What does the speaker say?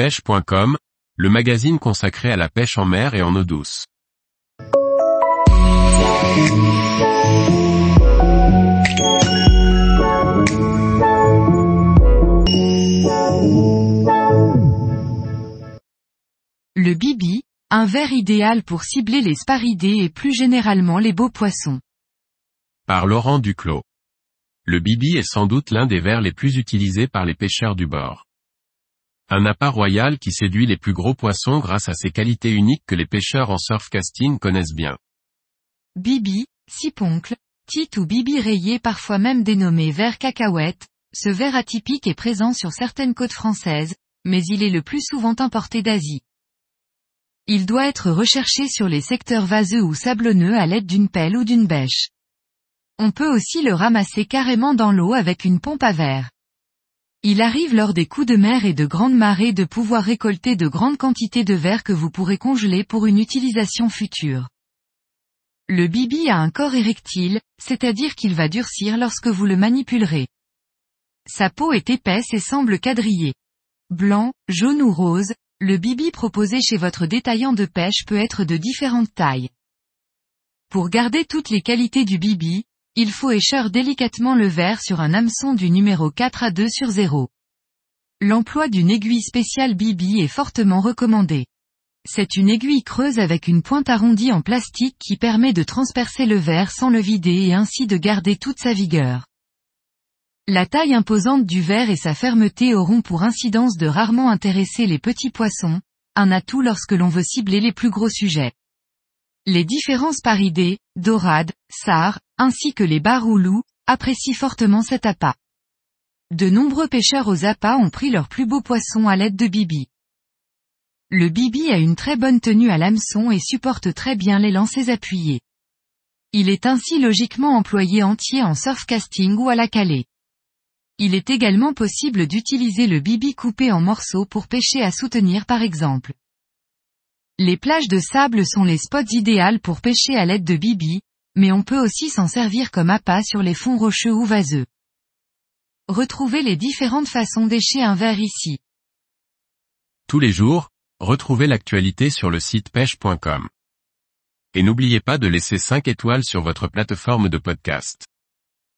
pêche.com, le magazine consacré à la pêche en mer et en eau douce. Le bibi, un vers idéal pour cibler les sparidés et plus généralement les beaux poissons. Par Laurent Duclos. Le bibi est sans doute l'un des vers les plus utilisés par les pêcheurs du bord. Un appât royal qui séduit les plus gros poissons grâce à ses qualités uniques que les pêcheurs en surfcasting connaissent bien. Bibi, siponcle, tite ou bibi rayé parfois même dénommé ver cacahuète, ce ver atypique est présent sur certaines côtes françaises, mais il est le plus souvent importé d'Asie. Il doit être recherché sur les secteurs vaseux ou sablonneux à l'aide d'une pelle ou d'une bêche. On peut aussi le ramasser carrément dans l'eau avec une pompe à verre. Il arrive lors des coups de mer et de grandes marées de pouvoir récolter de grandes quantités de verre que vous pourrez congeler pour une utilisation future. Le bibi a un corps érectile, c'est-à-dire qu'il va durcir lorsque vous le manipulerez. Sa peau est épaisse et semble quadrillée. Blanc, jaune ou rose, le bibi proposé chez votre détaillant de pêche peut être de différentes tailles. Pour garder toutes les qualités du bibi, il faut écheur délicatement le verre sur un hameçon du numéro 4 à 2/0. L'emploi d'une aiguille spéciale bibi est fortement recommandé. C'est une aiguille creuse avec une pointe arrondie en plastique qui permet de transpercer le verre sans le vider et ainsi de garder toute sa vigueur. La taille imposante du verre et sa fermeté auront pour incidence de rarement intéresser les petits poissons, un atout lorsque l'on veut cibler les plus gros sujets. Les différents sparidés, dorades, sars, ainsi que les baroulous, apprécient fortement cet appât. De nombreux pêcheurs aux appâts ont pris leurs plus beaux poissons à l'aide de bibi. Le bibi a une très bonne tenue à l'hameçon et supporte très bien les lancers appuyés. Il est ainsi logiquement employé entier en surfcasting ou à la calée. Il est également possible d'utiliser le bibi coupé en morceaux pour pêcher à soutenir par exemple. Les plages de sable sont les spots idéaux pour pêcher à l'aide de bibi, mais on peut aussi s'en servir comme appât sur les fonds rocheux ou vaseux. Retrouvez les différentes façons d'écher un vers ici. Tous les jours, retrouvez l'actualité sur le site pêche.com. Et n'oubliez pas de laisser 5 étoiles sur votre plateforme de podcast.